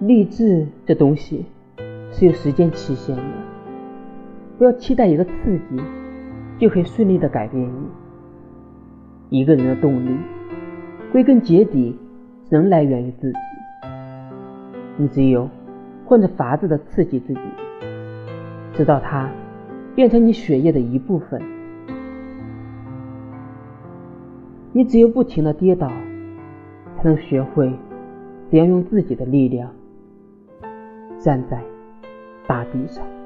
励志这东西是有时间期限的，不要期待一个刺激就可以顺利的改变你。一个人的动力归根结底只能来源于自己，你只有换着法子的刺激自己，直到它变成你血液的一部分。你只有不停的跌倒，才能学会怎样用自己的力量站在大地上。